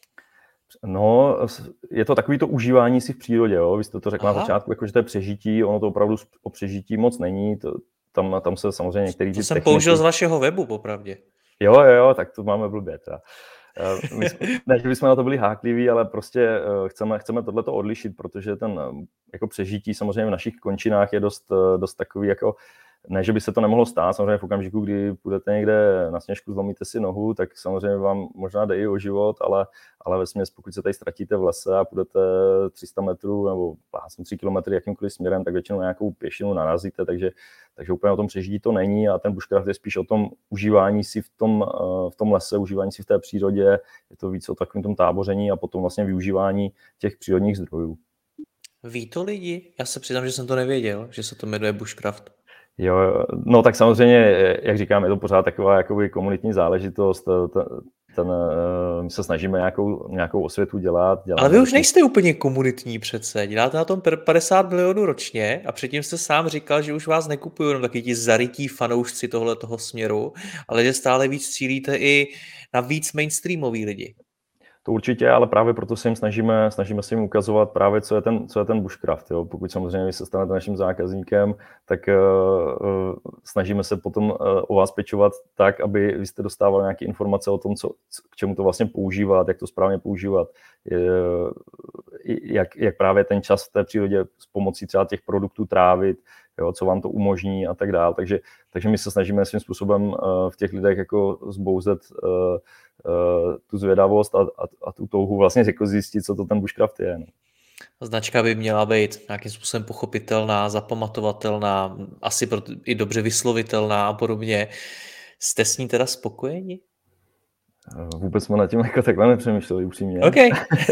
B: No, je to takový to užívání si v přírodě, jo. Vy jste to řekl na začátku, jako, že to je přežití, ono to opravdu o přežití moc není, to, tam, tam se samozřejmě některý...
C: To jsem techniky... použil z vašeho webu, popravdě.
B: Jo, jo, jo, tak to máme blbě teda. My jsme, ne, že bychom na to byli hákliví, ale prostě chceme, chceme tohleto odlišit, protože ten jako přežití samozřejmě v našich končinách je dost, dost takový jako... Ne, že by se to nemohlo stát, samozřejmě v okamžiku, kdy půjdete někde na sněžku, zlomíte si nohu, tak samozřejmě vám možná jde i o život, ale, ale vesměs, pokud se tady ztratíte v lese a půjdete tři sta metrů nebo tři kilometry jakýmkoliv směrem, tak většinou nějakou pěšinu narazíte, takže, takže úplně o tom přežití to není a ten bushcraft je spíš o tom užívání si v tom, v tom lese, užívání si v té přírodě, je to víc o takovém tom táboření a potom vlastně využívání těch přírodních zdrojů.
C: Ví to lidi? Já se přiznám, že jsem to nevěděl, že se to jmenuje bushcraft.
B: Jo, no tak samozřejmě, jak říkám, je to pořád taková jakoby komunitní záležitost, ten, ten, my se snažíme nějakou, nějakou osvětu dělat.
C: Ale vy už nejste úplně komunitní přece, děláte na tom padesát milionů ročně a předtím jste sám říkal, že už vás nekupují jenom taky ti zarytí fanoušci tohle toho směru, ale že stále víc cílíte i na víc mainstreamový lidi.
B: To určitě, ale právě proto se jim snažíme, snažíme se jim ukazovat právě, co je ten, co je ten bushcraft. Jo. Pokud samozřejmě vy se stanete naším zákazníkem, tak uh, uh, snažíme se potom uh, o vás pečovat tak, aby vy jste dostávali nějaké informace o tom, co, k čemu to vlastně používat, jak to správně používat, uh, jak, jak právě ten čas v té přírodě s pomocí třeba těch produktů trávit, jo, co vám to umožní a tak dále. Takže, takže my se snažíme svým způsobem uh, v těch lidech jako zbouzet uh, uh, tu zvědavost a, a, a tu touhu vlastně jako zjistit, co to ten bushcraft je. No.
C: Značka by měla být nějakým způsobem pochopitelná, zapamatovatelná, asi i dobře vyslovitelná a podobně. Jste s ní teda spokojeni?
B: Vůbec jsme nad tím jako takhle nepřemýšleli upřímně.
C: OK.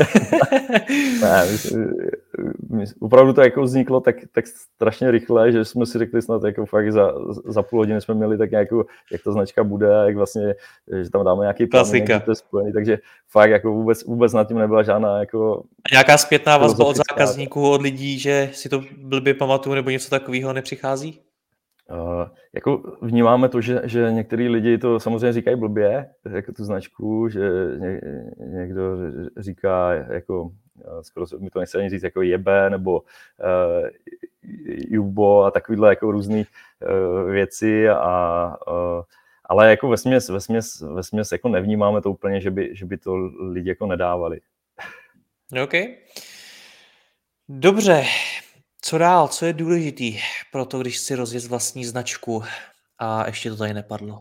B: Ne, my, my, opravdu to jako vzniklo tak, tak strašně rychle, že jsme si řekli snad jako fakt za, za půl hodiny jsme měli tak nějakou, jak ta značka bude, jak vlastně, že tam dáme nějaký plán, jak to je spojený, takže fakt jako vůbec, vůbec nad tím nebyla žádná jako...
C: A nějaká zpětná vazba od zákazníků, od lidí, že si to blbě pamatuju nebo něco takového nepřichází?
B: Uh, jako vnímáme to, že, že některý lidi to samozřejmě říkají blbě, jako tu značku, že ně, někdo říká jako skoro mi to nechce ani říct, jako jebe, nebo uh, jubo a takovýhle jako různý uh, věci, a, uh, ale jako vesměs, vesměs, vesměs jako nevnímáme to úplně, že by, že by to lidi jako nedávali.
C: OK. Dobře. Co dál? Co je důležitý pro to, když si rozjet vlastní značku a ještě to tady nepadlo?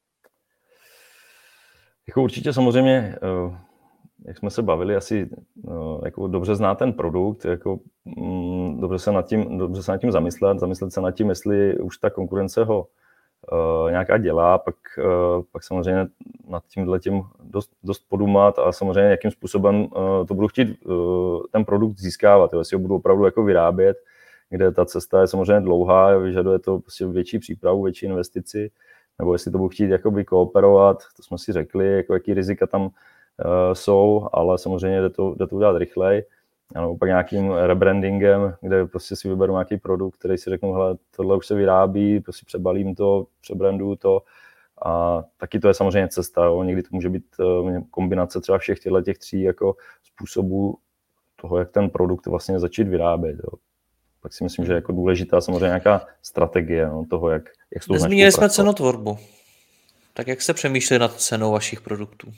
B: Jako určitě samozřejmě, jak jsme se bavili, asi jako dobře zná ten produkt, jako dobře se nad tím, dobře se nad tím zamyslet, zamyslet se nad tím, jestli už ta konkurence ho nějaká dělá, pak, pak samozřejmě nad tímhletím dost, dost podumat a samozřejmě jakým způsobem to budu chtít ten produkt získávat, jo, jestli ho budu opravdu jako vyrábět, kde ta cesta je samozřejmě dlouhá, vyžaduje to prostě větší přípravu, větší investici, nebo jestli to budu chtít jakoby kooperovat, to jsme si řekli, jako jaký rizika tam uh, jsou, ale samozřejmě jde to, jde to udělat rychleji, nebo pak nějakým rebrandingem, kde prostě si vyberu nějaký produkt, který si řeknu, hele, tohle už se vyrábí, prostě přebalím to, přebranduju to, a taky to je samozřejmě cesta, jo. Někdy to může být uh, kombinace třeba všech těchto těch tří jako způsobů toho, jak ten produkt vlastně začít vyrábět, jo. Tak si myslím, že je jako důležitá samozřejmě nějaká strategie, no, toho, jak, jak s tou značkou
C: Zmínili jsme cenotvorbu. Tak jak jste přemýšleli nad cenou vašich produktů?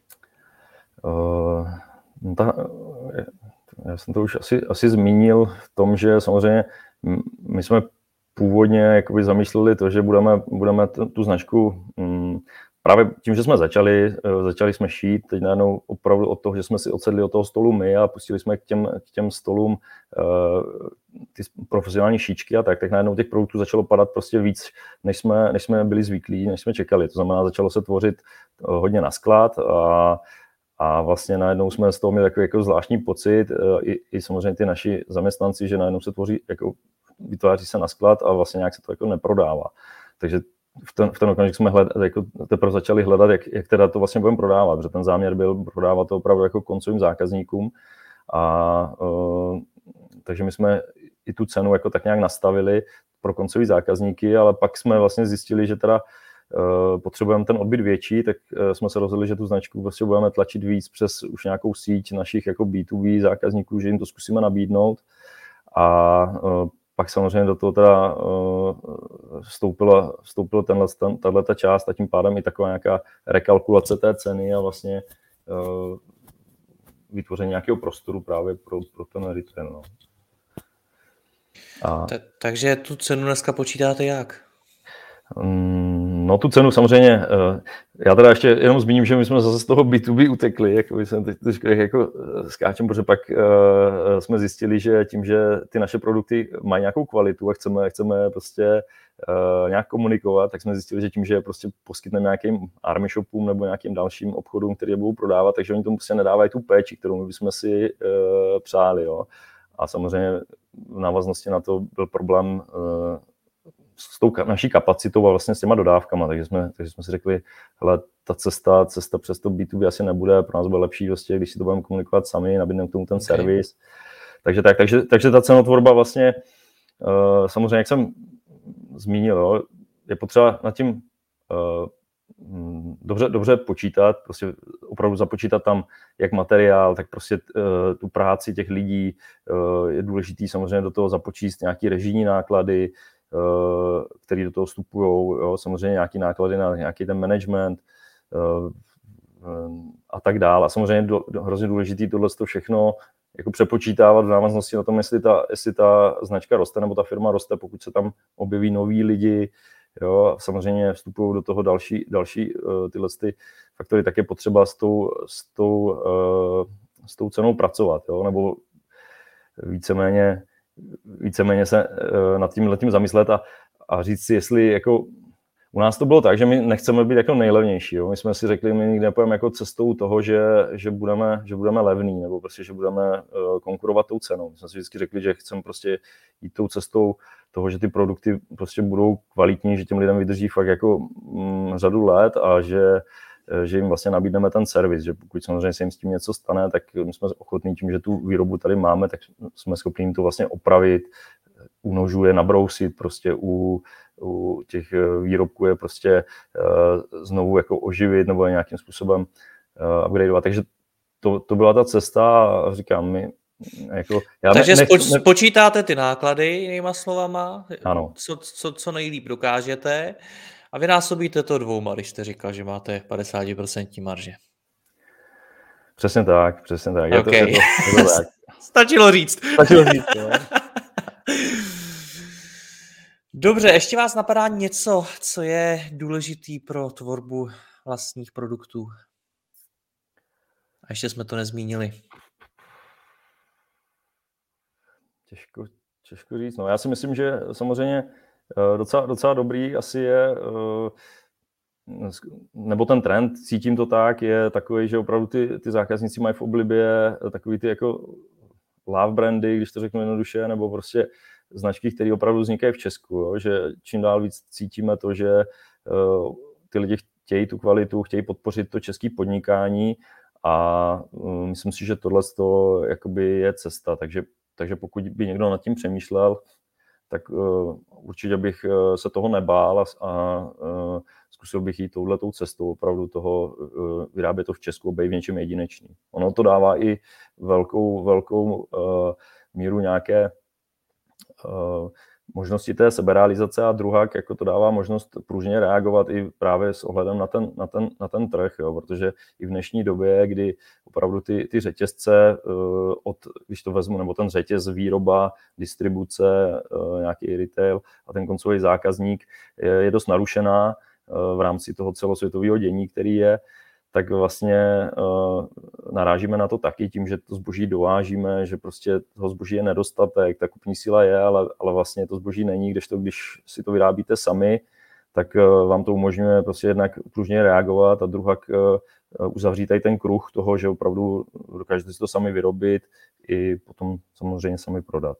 B: Uh, no ta, já jsem to už asi, asi zmínil v tom, že samozřejmě my jsme původně jakoby zamýšleli to, že budeme, budeme tu, tu značku um, právě tím, že jsme začali, začali jsme šít, teď najednou opravdu od toho, že jsme si odsedli od toho stolu my a pustili jsme k těm, k těm stolům uh, ty profesionální šíčky a tak, tak najednou těch produktů začalo padat prostě víc, než jsme, než jsme byli zvyklí, než jsme čekali. To znamená, začalo se tvořit hodně na sklad a, a vlastně najednou jsme z toho měli takový jako zvláštní pocit, uh, i, i samozřejmě ty naši zaměstnanci, že najednou se tvoří, jako vytváří se na sklad a vlastně nějak se to jako neprodává. Takže v ten, v ten okamžik jsme hled, jako teprve začali hledat, jak, jak teda to vlastně budeme prodávat, protože ten záměr byl prodávat to opravdu jako koncovým zákazníkům. A uh, takže my jsme i tu cenu jako tak nějak nastavili pro koncový zákazníky, ale pak jsme vlastně zjistili, že teda uh, potřebujeme ten odbyt větší, tak uh, jsme se rozhodli, že tu značku prostě budeme tlačit víc přes už nějakou síť našich jako bé dvě bé zákazníků, že jim to zkusíme nabídnout. A uh, pak samozřejmě do toho teda uh, vstoupila, vstoupila tenhle, ten, tato část a tím pádem i taková nějaká rekalkulace té ceny a vlastně uh, vytvoření nějakého prostoru právě pro, pro ten retail. No. A,
C: Ta, takže tu cenu dneska počítáte jak?
B: No tu cenu samozřejmě, já teda ještě jenom zmíním, že my jsme zase z toho bé dvě bé utekli, jako jsem teď jako skáčem, protože pak uh, jsme zjistili, že tím, že ty naše produkty mají nějakou kvalitu a chceme, chceme prostě uh, nějak komunikovat, tak jsme zjistili, že tím, že prostě poskytneme nějakým army shopům nebo nějakým dalším obchodům, které je budou prodávat, takže oni tomu prostě nedávají tu péči, kterou my bychom si uh, přáli. Jo. A samozřejmě v návaznosti na to byl problém uh, s tou naší kapacitou a vlastně s těma dodávkama, takže jsme, takže jsme si řekli, hele, ta cesta, cesta přes to bé dvě bé asi nebude, pro nás bude lepší, vlastně, když si to budeme komunikovat sami, nabídneme k tomu ten okay. servis. Takže, tak, takže, takže ta cenotvorba vlastně, uh, samozřejmě, jak jsem zmínil, jo, je potřeba nad tím uh, dobře, dobře počítat, prostě opravdu započítat tam jak materiál, tak prostě uh, tu práci těch lidí, uh, je důležitý samozřejmě do toho započíst nějaký režijní náklady, který do toho vstupují, samozřejmě nějaký náklady na nějaký ten management a tak dále. A samozřejmě do, do, hrozně důležitý tohle to všechno jako přepočítávat v návaznosti na tom, jestli ta, jestli ta značka roste nebo ta firma roste, pokud se tam objeví noví lidi. Jo, samozřejmě vstupují do toho další, další tyhle ty faktory, tak je potřeba s tou, s tou, s tou cenou pracovat, jo, nebo víceméně víceméně se uh, nad tímhletím zamyslet a, a říct si, jestli jako u nás to bylo tak, že my nechceme být jako nejlevnější. Jo? My jsme si řekli, my nikdy nepojeme jako cestou toho, že, že, budeme, že budeme levný nebo prostě, že budeme uh, konkurovat tou cenou. My jsme si vždycky řekli, že chceme prostě jít tou cestou toho, že ty produkty prostě budou kvalitní, že těm lidem vydrží fakt jako mm, řadu let a že že jim vlastně nabídneme ten servis, že pokud samozřejmě se jim s tím něco stane, tak my jsme ochotní tím, že tu výrobu tady máme, tak jsme schopni jim to vlastně opravit, u nožů je nabrousit, prostě u, u těch výrobků je prostě uh, znovu jako oživit nebo nějakým způsobem uh, upgradeovat. Takže to, to byla ta cesta a říkám, my, jako, já
C: Takže
B: ne,
C: spoč,
B: ne,
C: spočítáte ty náklady, jinýma slovama,
B: ano.
C: Co, co, co nejlíp dokážete a vynásobíte to dvouma, když jste říkal, že máte padesát procent marže.
B: Přesně tak, přesně tak. Je
C: okay.
B: to, je to, je to tak.
C: Stačilo říct.
B: Stačilo říct, jo.
C: Dobře, ještě vás napadá něco, co je důležitý pro tvorbu vlastních produktů? A ještě jsme to nezmínili.
B: Těžko, těžko říct. No, já si myslím, že samozřejmě docela, docela dobrý asi je, nebo ten trend, cítím to tak, je takový, že opravdu ty, ty zákazníci mají v oblibě takový ty jako love brandy, když to řeknu jednoduše, nebo prostě značky, které opravdu vznikají v Česku, jo? Že čím dál víc cítíme to, že uh, ty lidi chtějí tu kvalitu, chtějí podpořit to české podnikání a uh, myslím si, že tohle je cesta, takže, takže pokud by někdo nad tím přemýšlel, tak uh, určitě bych uh, se toho nebál a, a uh, zkusil bych jít touhletou cestou opravdu toho uh, vyrábět to v Česku, být v něčem jedinečný. Ono to dává i velkou, velkou uh, míru nějaké uh, možnosti té seberealizace a druhá, jako to dává možnost pružně reagovat i právě s ohledem na ten, na ten, na ten trh, jo, protože i v dnešní době, kdy opravdu ty, ty řetězce, uh, od, když to vezmu, nebo ten řetěz, výroba, distribuce, uh, nějaký retail a ten koncový zákazník je, je dost narušená uh, v rámci toho celosvětového dění, který je, tak vlastně uh, narážíme na to taky tím, že to zboží dovážíme, že prostě toho zboží je nedostatek, ta kupní síla je, ale, ale vlastně to zboží není, kdežto když si to vyrábíte sami, tak uh, vám to umožňuje prostě jednak pružně reagovat a druhak uh, uzavřít tady ten kruh toho, že opravdu dokážete si to sami vyrobit i potom samozřejmě sami prodat.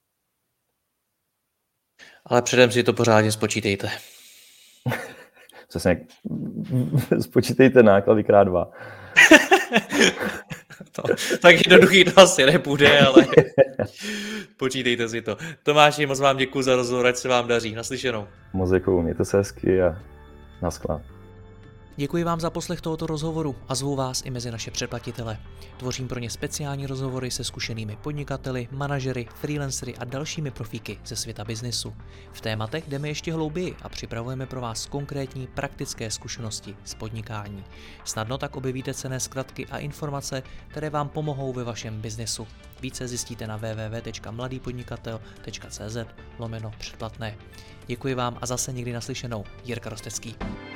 C: Ale předem si to pořádně spočítejte.
B: Přesně, spočítejte náklady krát dva.
C: to, tak jednoduchý to asi nepůjde, ale počítejte si to. Tomáši, moc vám děkuji za rozhovor, ať se vám daří. Naslyšenou.
B: Moc děkuji, mějte se hezky a naschle.
A: Děkuji vám za poslech tohoto rozhovoru a zvu vás i mezi naše předplatitele. Tvořím pro ně speciální rozhovory se zkušenými podnikateli, manažery, freelancery a dalšími profíky ze světa biznisu. V tématech jdeme ještě hlouběji a připravujeme pro vás konkrétní praktické zkušenosti z podnikání. Snadno tak objevíte cenné zkratky a informace, které vám pomohou ve vašem biznesu. Více zjistíte na w w w tečka mladý podnikatel tečka c z lomeno předplatné. Děkuji vám a zase někdy naslyšenou. Jirka Rostecký.